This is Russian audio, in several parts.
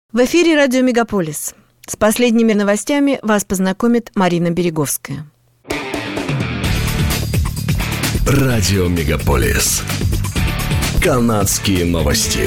В эфире радио «Мегаполис». С последними новостями вас познакомит Марина Береговская. Радио «Мегаполис». Канадские новости.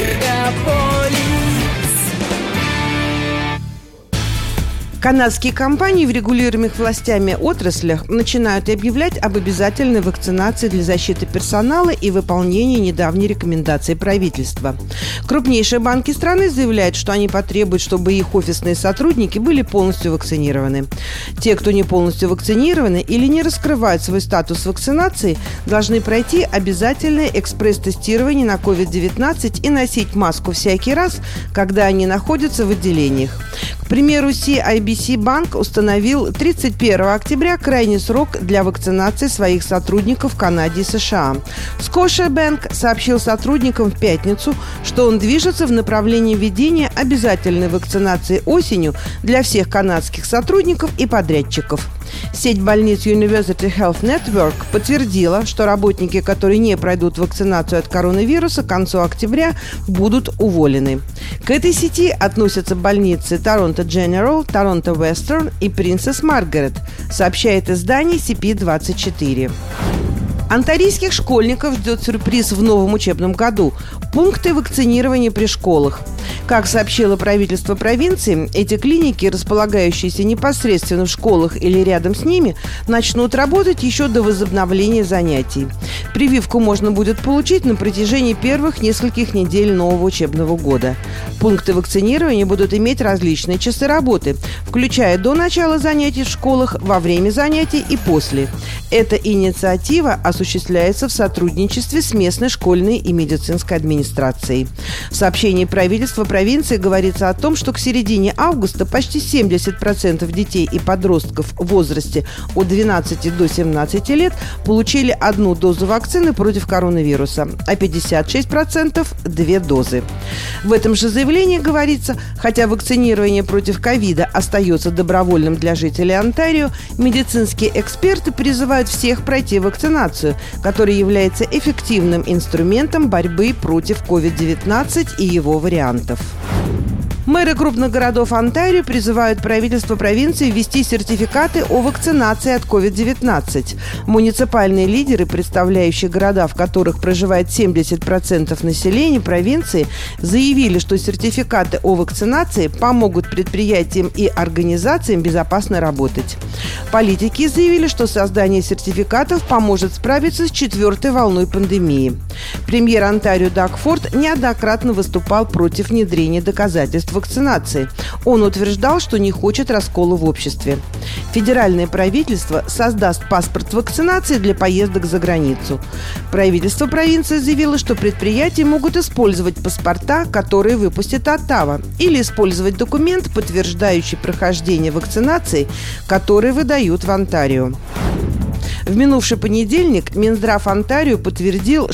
Канадские компании в регулируемых властями отраслях начинают объявлять об обязательной вакцинации для защиты персонала и выполнения недавней рекомендации правительства. Крупнейшие банки страны заявляют, что они потребуют, чтобы их офисные сотрудники были полностью вакцинированы. Те, кто не полностью вакцинированы или не раскрывают свой статус вакцинации, должны пройти обязательное экспресс-тестирование на COVID-19 и носить маску всякий раз, когда они находятся в отделениях. К примеру, CIBC банк установил 31 октября крайний срок для вакцинации своих сотрудников в Канаде и США. Scotiabank сообщил сотрудникам в пятницу, что он движется в направлении введения обязательной вакцинации осенью для всех канадских сотрудников и подрядчиков. Сеть больниц University Health Network подтвердила, что работники, которые не пройдут вакцинацию от коронавируса к концу октября, будут уволены. К этой сети относятся больницы Toronto General, Toronto Western и Princess Margaret, сообщает издание CP24. Онтарийских школьников ждет сюрприз в новом учебном году – пункты вакцинирования при школах. Как сообщило правительство провинции, эти клиники, располагающиеся непосредственно в школах или рядом с ними, начнут работать еще до возобновления занятий. Прививку можно будет получить на протяжении первых нескольких недель нового учебного года. Пункты вакцинирования будут иметь различные часы работы, включая до начала занятий в школах, во время занятий и после. Эта инициатива осуществляется в сотрудничестве с местной школьной и медицинской администрацией. В сообщении правительства провинции говорится о том, что к середине августа почти 70% детей и подростков в возрасте от 12 до 17 лет получили одну дозу вакцины против коронавируса, а 56% – 2 дозы. В этом же заявлении говорится, хотя вакцинирование против ковида остается добровольным для жителей Онтарио, медицинские эксперты призывают всех пройти вакцинацию, которая является эффективным инструментом борьбы против COVID-19 и его вариантов. Мэры крупных городов Онтарио призывают правительство провинции ввести сертификаты о вакцинации от COVID-19. Муниципальные лидеры, представляющие города, в которых проживает 70% населения провинции, заявили, что сертификаты о вакцинации помогут предприятиям и организациям безопасно работать. Политики заявили, что создание сертификатов поможет справиться с 4-й волной пандемии. Премьер Онтарио Даг Форд неоднократно выступал против внедрения доказательств вакцинации. Он утверждал, что не хочет раскола в обществе. Федеральное правительство создаст паспорт вакцинации для поездок за границу. Правительство провинции заявило, что предприятия могут использовать паспорта, которые выпустит Оттава, или использовать документ, подтверждающий прохождение вакцинации, который выдают в Онтарио. В минувший понедельник Минздрав Онтарио подтвердил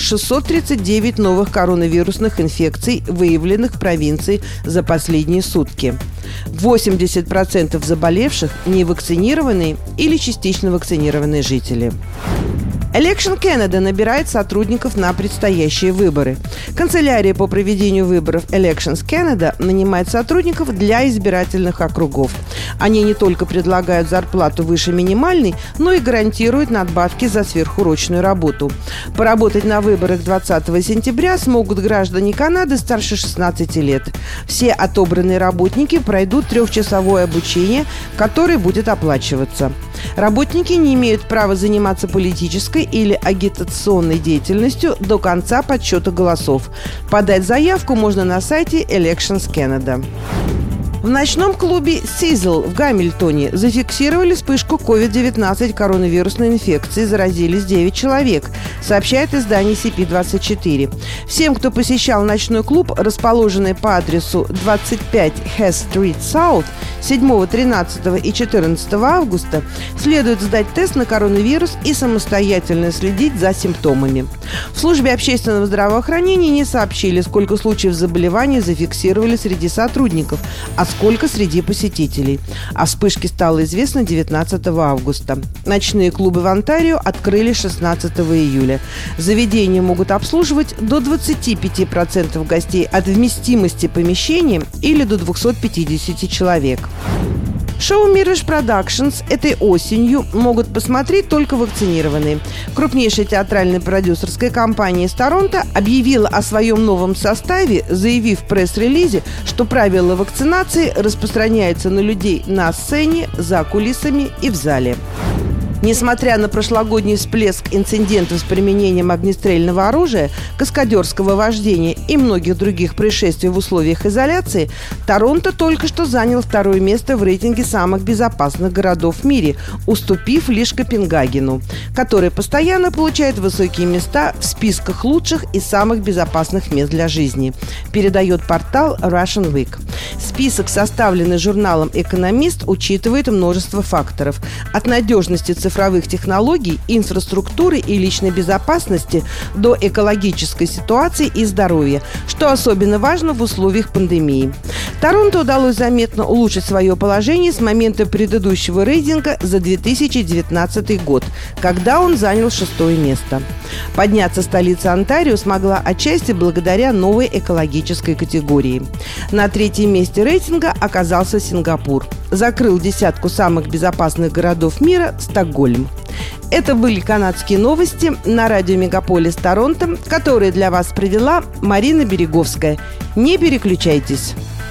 639 новых коронавирусных инфекций, выявленных в провинции за последние сутки. 80% заболевших – невакцинированные или частично вакцинированные жители. Election Canada набирает сотрудников на предстоящие выборы. Канцелярия по проведению выборов Elections Canada нанимает сотрудников для избирательных округов. Они не только предлагают зарплату выше минимальной, но и гарантируют надбавки за сверхурочную работу. Поработать на выборах 20 сентября смогут граждане Канады старше 16 лет. Все отобранные работники пройдут 3-часовое обучение, которое будет оплачиваться. Работники не имеют права заниматься политической или агитационной деятельностью до конца подсчета голосов. Подать заявку можно на сайте Elections Canada. В ночном клубе Sizzle в Гамильтоне зафиксировали вспышку COVID-19 коронавирусной инфекции, заразились 9 человек, сообщает издание CP24. Всем, кто посещал ночной клуб, расположенный по адресу 25 Hess Street South, 7, 13 и 14 августа, следует сдать тест на коронавирус и самостоятельно следить за симптомами. В службе общественного здравоохранения не сообщили, сколько случаев заболевания зафиксировали среди сотрудников, а сколько среди посетителей. О вспышке стало известно 19 августа. Ночные клубы в Онтарио открыли 16 июля. Заведения могут обслуживать до 25% гостей от вместимости помещения или до 250 человек. Шоу Mirage Productions этой осенью могут посмотреть только вакцинированные. Крупнейшая театральная продюсерская компания из Торонто объявила о своем новом составе, заявив в пресс-релизе, что правила вакцинации распространяются на людей на сцене, за кулисами и в зале. Несмотря на прошлогодний всплеск инцидентов с применением огнестрельного оружия, каскадерского вождения и многих других происшествий в условиях изоляции, Торонто только что занял второе место в рейтинге самых безопасных городов в мире, уступив лишь Копенгагену, который постоянно получает высокие места в списках лучших и самых безопасных мест для жизни, передает портал Russian Week. Список, составленный журналом «Экономист», учитывает множество факторов – от надежности цифровых технологий, инфраструктуры и личной безопасности до экологической ситуации и здоровья, что особенно важно в условиях пандемии. Торонто удалось заметно улучшить свое положение с момента предыдущего рейтинга за 2019 год, когда он занял 6-е место. Подняться столица Онтарио смогла отчасти благодаря новой экологической категории. На 3-м месте рейтинга оказался Сингапур. Закрыл десятку самых безопасных городов мира Стокгольм. Это были канадские новости на радио Мегаполис Торонто, которые для вас провела Марина Береговская. Не переключайтесь.